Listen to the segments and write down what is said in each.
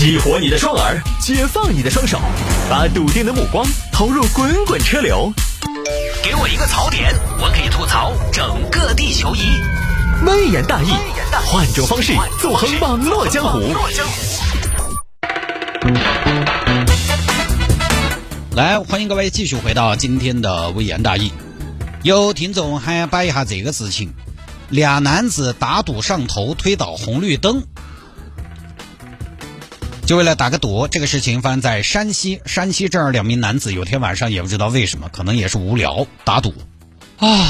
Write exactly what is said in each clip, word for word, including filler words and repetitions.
激活你的双耳，解放你的双手，把笃定的目光投入滚滚车流。给我一个槽点，我可以吐槽整个地球仪。微言大义，换种方式纵横网络江湖。 来，欢迎各位继续回到今天的微言大义。有听众还摆一下这个事情：俩男子打赌上头推倒红绿灯。就为了打个赌，这个事情发生在山西。山西这儿两名男子有天晚上也不知道为什么，可能也是无聊打赌。啊，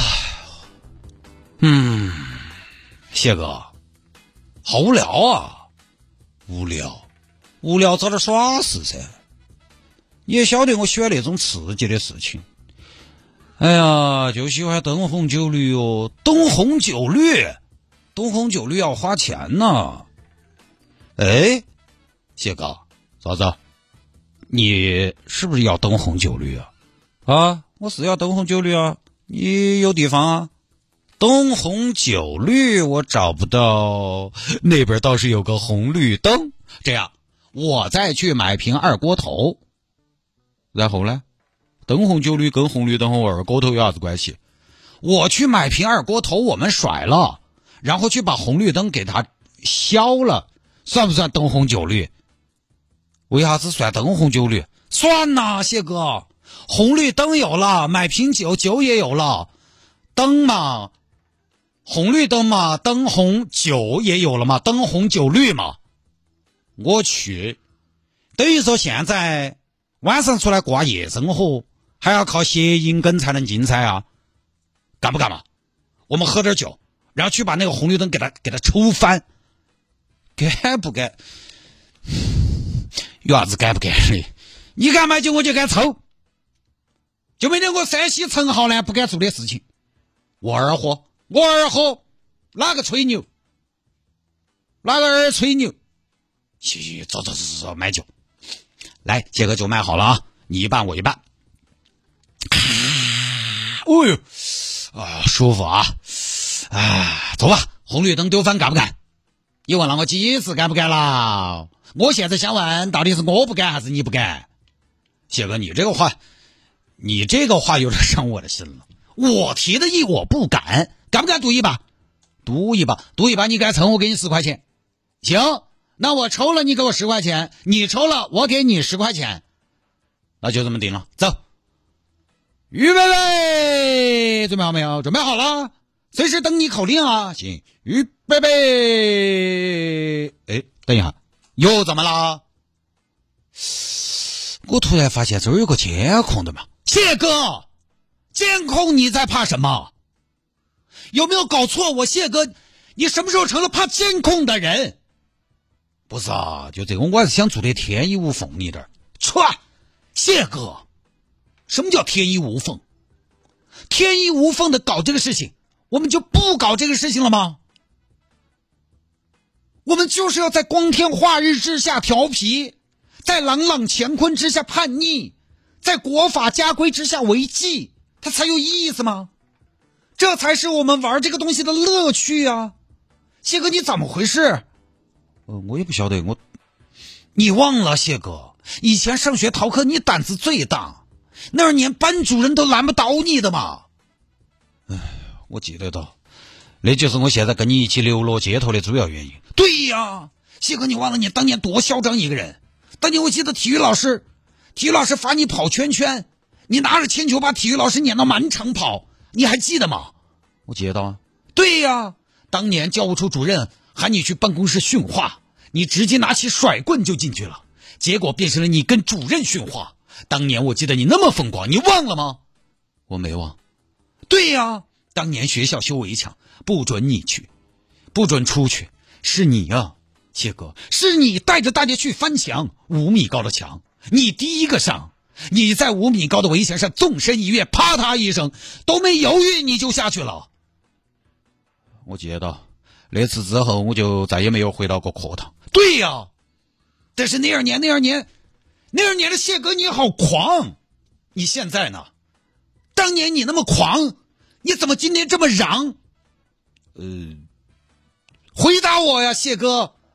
嗯，谢哥，好无聊啊！无聊，无聊找点耍事噻。你也晓得我喜欢那种刺激的事情。哎呀，就喜欢灯红酒绿哦，灯红酒绿，灯红酒绿要花钱呢。哎。谢哥，嫂子，你是不是要灯红酒绿啊？啊，我是要灯红酒绿啊。你有地方啊？灯红酒绿我找不到，那边倒是有个红绿灯。这样，我再去买瓶二锅头。然后呢？灯红酒绿跟红绿灯和二锅头有啥子关系？我去买瓶二锅头，我们甩了，然后去把红绿灯给它消了，算不算灯红酒绿？为啥子算灯红酒绿？算呐，谢哥，红绿灯有了，买瓶酒，酒也有了，灯嘛，红绿灯嘛，灯红酒也有了嘛，灯红酒绿嘛。我去，等于说现在晚上出来过夜生活，还要靠谐音梗才能精彩啊！干不干嘛？我们喝点酒，然后去把那个红绿灯给它给它抽翻，干不干？有啥子敢不敢的？你敢买酒我就敢抽，就没得我山西陈浩呢不敢做的事情。我二货，我二货，哪个吹牛？哪个二吹牛？去，走走走走走，买酒。来，杰哥酒买好了啊，你一半我一半。哦呦，啊，舒服啊！啊，走吧，红绿灯丢翻敢不敢？你问了我几次敢不敢啦？我现在想问，到底是我不敢还是你不敢？谢哥，你这个话，你这个话有点伤我的心了。我提的议我不敢，敢不敢赌一把？赌一把，赌一把，你敢抽我给你十块钱。行，那我抽了你给我十块钱，你抽了我给你十块钱，那就这么定了。走，预备备，准备好没有？准备好了，随时等你口令啊。行，预备备。哎，等一下。又怎么了？我突然发现这儿有个监控的嘛。谢哥，监控你在怕什么？有没有搞错？我谢哥，你什么时候成了怕监控的人？不是啊，就这个我还是想做的天衣无缝一点。唰，谢哥，什么叫天衣无缝？天衣无缝的搞这个事情，我们就不搞这个事情了吗？我们就是要在光天化日之下调皮，在朗朗乾坤之下叛逆，在国法家规之下违纪，它才有意思吗？这才是我们玩这个东西的乐趣啊！谢哥，你怎么回事？呃，我也不晓得，我，你忘了谢哥，以前上学逃课你胆子最大，那儿连班主任都拦不倒你的嘛。哎，我记得到。那就是我现在跟你一起流落街头的主要原因。对呀，谢哥，你忘了你当年多嚣张一个人？当年我记得体育老师，体育老师罚你跑圈圈，你拿着铅球把体育老师撵到满场跑，你还记得吗？我记得啊。对呀，当年教务处主任喊你去办公室训话，你直接拿起甩棍就进去了，结果变成了你跟主任训话。当年我记得你那么风光，你忘了吗？我没忘。对呀，当年学校修围墙，不准你去，不准出去，是你啊，谢哥，是你带着大家去翻墙，五米高的墙，你第一个上，你在五米高的围墙上纵身一跃，啪嗒一声，都没犹豫你就下去了。我记得那次之后，我就再也没有回到过课堂。对呀，但是那二年，那二年，那二年的谢哥你好狂，你现在呢？当年你那么狂，你怎么今天这么嚷？呃，回答我呀，谢哥，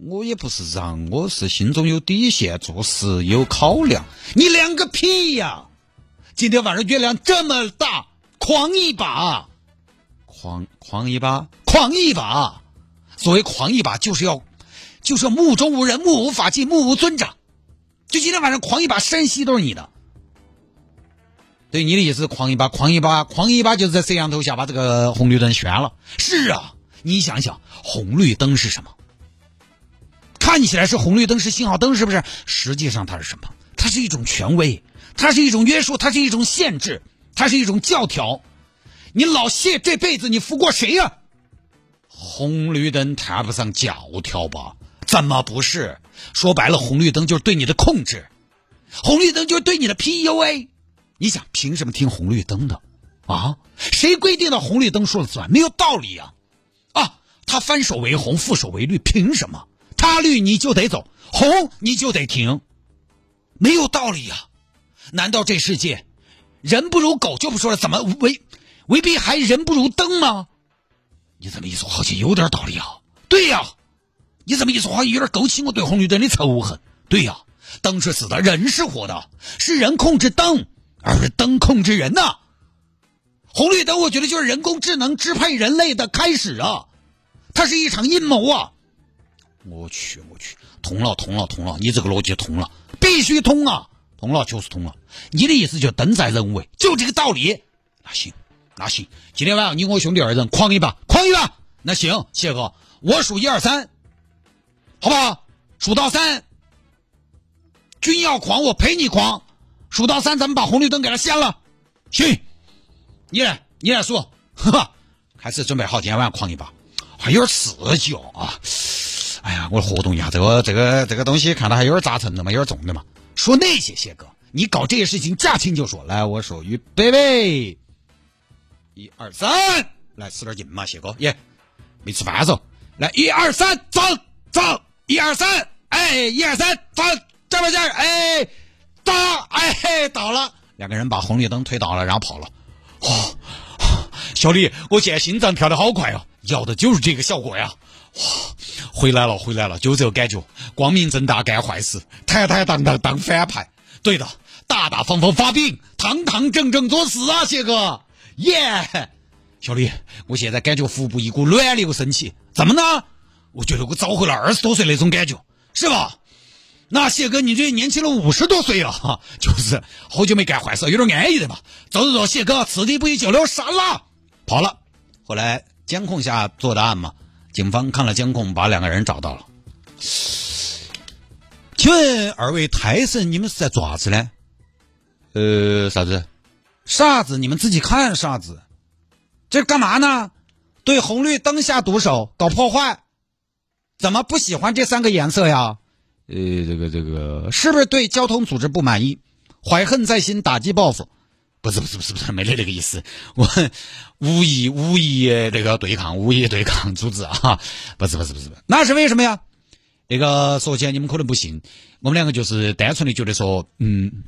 我也不是让，我是心中有底线，做事有考量。你量个屁呀！今天晚上月亮这么大，狂一把，狂狂一把，狂一把。所谓狂一把，就是要就是要目中无人，目无法纪，目无尊长。就今天晚上狂一把，山西都是你的。对，你的意思狂一把，狂一把，狂一把就是在摄像头下把这个红绿灯旋了。是啊，你想想，红绿灯是什么？看起来是红绿灯，是信号灯，是不是？实际上它是什么？它是一种权威，它是一种约束，它是一种限制，它是一种教条。你老谢这辈子你服过谁呀、啊？红绿灯谈不上教条吧？怎么不是？说白了，红绿灯就是对你的控制，红绿灯就是对你的 P U A。你想凭什么听红绿灯的啊？谁规定的红绿灯说了算？没有道理啊！啊，他翻手为红，覆手为绿，凭什么？他绿你就得走，红你就得停，没有道理啊！难道这世界人不如狗就不说了，怎么未未必还人不如灯吗？你这么一说好像有点道理啊。对呀、啊，你这么一说好像有点勾起我对红绿灯的仇恨。对呀、啊，灯是死的，人是活的，是人控制灯，而不是灯控制人呐、啊。红绿灯我觉得就是人工智能支配人类的开始啊，它是一场阴谋啊。我去我去，通了通了通了，你这个逻辑通了，必须通啊，通了就是通了。你的意思就灯在人为，就这个道理。那行那行，今天晚上你我兄弟二人狂一把，狂一把。那行，谢哥，我数一二三，好不好？数到三，君要狂，我陪你狂。数到三，咱们把红绿灯给它掀了。行，你来你来数，呵呵，开始准备好，今天晚上狂一把，还有点刺激哦啊。哎呀，我活动一下这个这个这个东西，看到还有点杂陈的嘛，有点重的嘛。说那些谢哥，你搞这些事情驾轻就熟。来，我说预备备，一二三，来使点劲嘛，谢哥耶，没吃饭走。来，一二三，走走，一二三，哎，一二三，走，这边这儿，哎，到，哎，到了。两个人把红绿灯推倒了，然后跑了。哦，小李，我现在心脏跳得好快啊，要的就是这个效果呀。哇，回来了回来了，就这个感觉，光明正大干坏事，坦坦荡荡当反派。对的，大大方方发兵，堂堂正正做事啊，谢哥耶、yeah! 小李，我现在感觉腹部一股暖流升起。怎么呢？我觉得我找回了二十多岁那种感觉，是吧？那谢哥你这年轻了五十多岁了，就是好久没干坏事，有点安逸的嘛。走走走，谢哥此地不宜久留，闪了，跑了。后来监控下做的案嘛，警方看了监控，把两个人找到了。请问二位太神，你们是在做啥子呢？呃，啥子？啥子？你们自己看啥子？这是干嘛呢？对红绿灯下毒手，搞破坏。怎么不喜欢这三个颜色呀？呃，这个这个，是不是对交通组织不满意，怀恨在心，打击报复？不是不是不是不是，没那个意思，我无意无意这个对抗，无意对抗组织啊，不是不是不是，那是为什么呀？那个说起来你们可能不信，我们两个就是单纯的觉得说，嗯，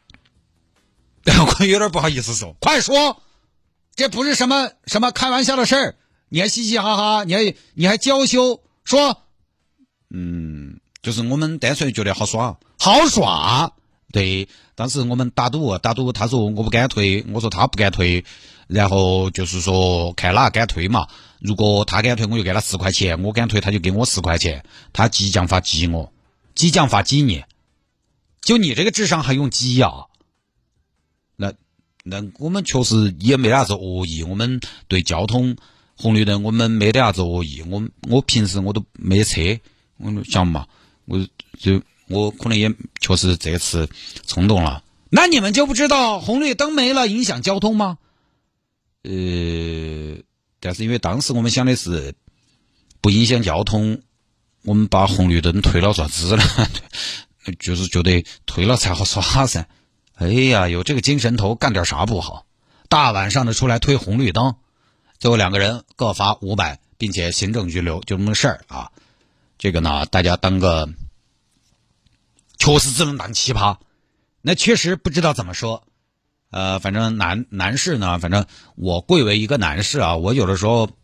我有点不好意思说，快说，这不是什么什么开玩笑的事儿，你还嘻嘻哈哈，你还你还娇羞，说，嗯，就是我们单纯觉得好耍，好耍。对，当时我们打赌，打赌，他说我不敢推，我说他不敢推，然后就是说看哪敢推嘛。如果他敢推，我就给他十块钱；我敢推，他就给我十块钱。他激将法激我，激将法激你，就你这个智商还用激呀、啊？那那我们确实也没啥子恶意，我们对交通红绿灯我们没得啥子恶意。我我平时我都没车，我想嘛，我就。我可能也确实这次冲动了。那你们就不知道红绿灯没了影响交通吗？呃，但是因为当时我们想的是不影响交通，我们把红绿灯推了啥子了？就是觉得推了才好耍噻。哎呀，有这个精神头干点啥不好？大晚上的出来推红绿灯，最后两个人各罚五百，并且行政拘留，就这么个事儿啊。这个呢，大家当个。确实只能当奇葩，那确实不知道怎么说。呃，反正男男士呢，反正我贵为一个男士啊，我有的时候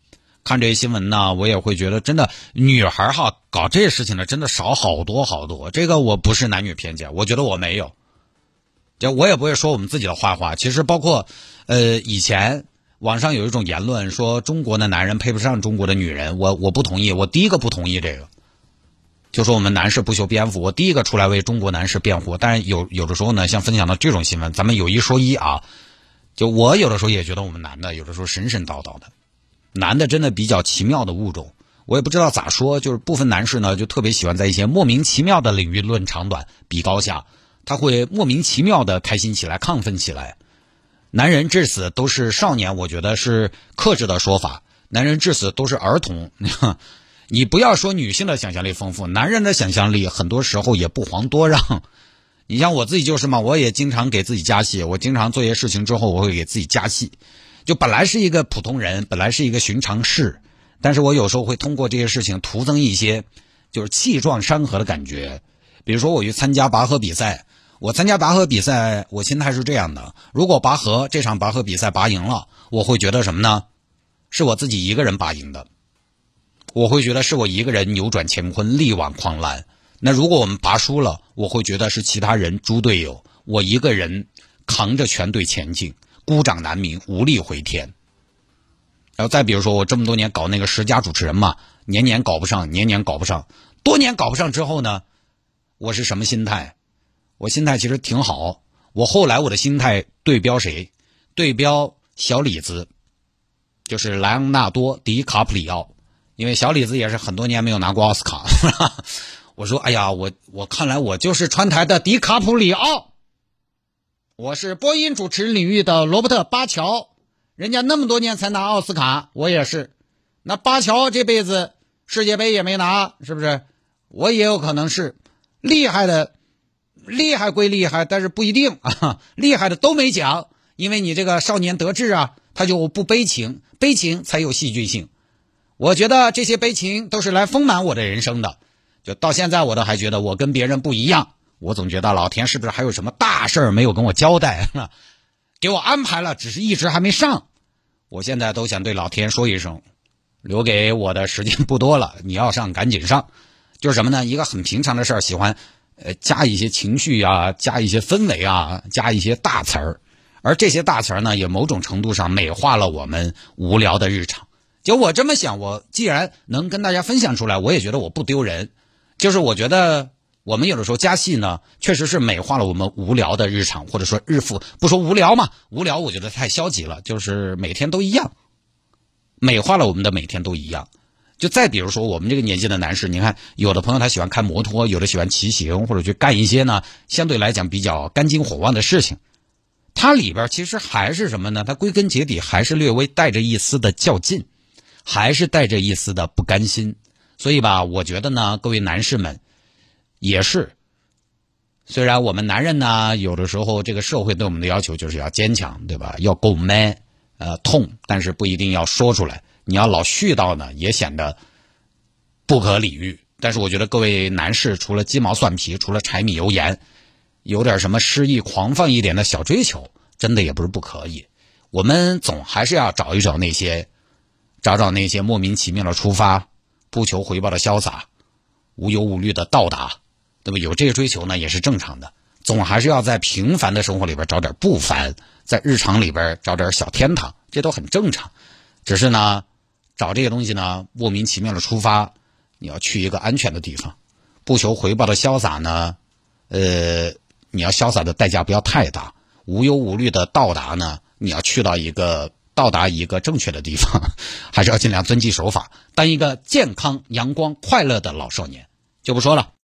看这些新闻呢，我也会觉得真的女孩哈搞这些事情呢，真的少好多好多。这个我不是男女偏见，我觉得我没有，就我也不会说我们自己的坏话。其实包括呃以前网上有一种言论说中国的男人配不上中国的女人，我我不同意，我第一个不同意这个。就说我们男士不修边幅，我第一个出来为中国男士辩护。但是有有的时候呢，像分享到这种新闻，咱们有一说一啊，就我有的时候也觉得我们男的有的时候神神叨叨的，男的真的比较奇妙的物种，我也不知道咋说，就是部分男士呢就特别喜欢在一些莫名其妙的领域论长短比高下，他会莫名其妙的开心起来亢奋起来。男人至死都是少年，我觉得是克制的说法，男人至死都是儿童。你不要说女性的想象力丰富，男人的想象力很多时候也不遑多让。你像我自己就是嘛，我也经常给自己加戏，我经常做一些事情之后我会给自己加戏。就本来是一个普通人，本来是一个寻常事，但是我有时候会通过这些事情徒增一些就是气壮山河的感觉。比如说我去参加拔河比赛，我参加拔河比赛我心态是这样的，如果拔河这场拔河比赛拔赢了，我会觉得什么呢？是我自己一个人拔赢的，我会觉得是我一个人扭转乾坤力挽狂澜。那如果我们拔输了，我会觉得是其他人猪队友，我一个人扛着全队前进，孤掌难鸣，无力回天。然后再比如说我这么多年搞那个十佳主持人嘛，年年搞不上，年年搞不上，多年搞不上之后呢，我是什么心态？我心态其实挺好。我后来我的心态对标谁？对标小李子，就是莱昂纳多·迪卡普里奥。因为小李子也是很多年没有拿过奥斯卡。我说哎呀，我我看来我就是川台的迪卡普里奥，我是播音主持领域的罗伯特巴乔，人家那么多年才拿奥斯卡，我也是。那巴乔这辈子世界杯也没拿，是不是？我也有可能是厉害的，厉害归厉害，但是不一定啊，厉害的都没讲，因为你这个少年得志啊，他就不悲情，悲情才有戏剧性。我觉得这些悲情都是来丰满我的人生的，就到现在我都还觉得我跟别人不一样。我总觉得老天是不是还有什么大事儿没有跟我交代，给我安排了，只是一直还没上。我现在都想对老天说一声，留给我的时间不多了，你要上赶紧上。就是什么呢？一个很平常的事儿，喜欢呃加一些情绪啊，加一些氛围啊，加一些大词儿，而这些大词儿呢，也某种程度上美化了我们无聊的日常。就我这么想，我既然能跟大家分享出来，我也觉得我不丢人。就是我觉得我们有的时候加戏呢，确实是美化了我们无聊的日常，或者说日复不说无聊嘛，无聊我觉得太消极了，就是每天都一样，美化了我们的每天都一样。就再比如说我们这个年纪的男士，你看有的朋友他喜欢开摩托，有的喜欢骑行，或者去干一些呢相对来讲比较干劲火旺的事情，它里边其实还是什么呢？它归根结底还是略微带着一丝的较劲，还是带着一丝的不甘心。所以吧，我觉得呢，各位男士们也是，虽然我们男人呢，有的时候这个社会对我们的要求就是要坚强，对吧？要够 man， 呃，痛，但是不一定要说出来。你要老絮叨呢，也显得不可理喻。但是我觉得各位男士，除了鸡毛蒜皮，除了柴米油盐，有点什么诗意狂放一点的小追求，真的也不是不可以。我们总还是要找一找那些，找找那些莫名其妙的出发，不求回报的潇洒，无忧无虑的到达，对吧？有这些追求呢，也是正常的。总还是要在平凡的生活里边找点不凡，在日常里边找点小天堂，这都很正常。只是呢，找这些东西呢，莫名其妙的出发，你要去一个安全的地方。不求回报的潇洒呢，呃，你要潇洒的代价不要太大。无忧无虑的到达呢，你要去到一个到达一个正确的地方，还是要尽量遵纪守法，当一个健康、阳光、快乐的老少年。就不说了。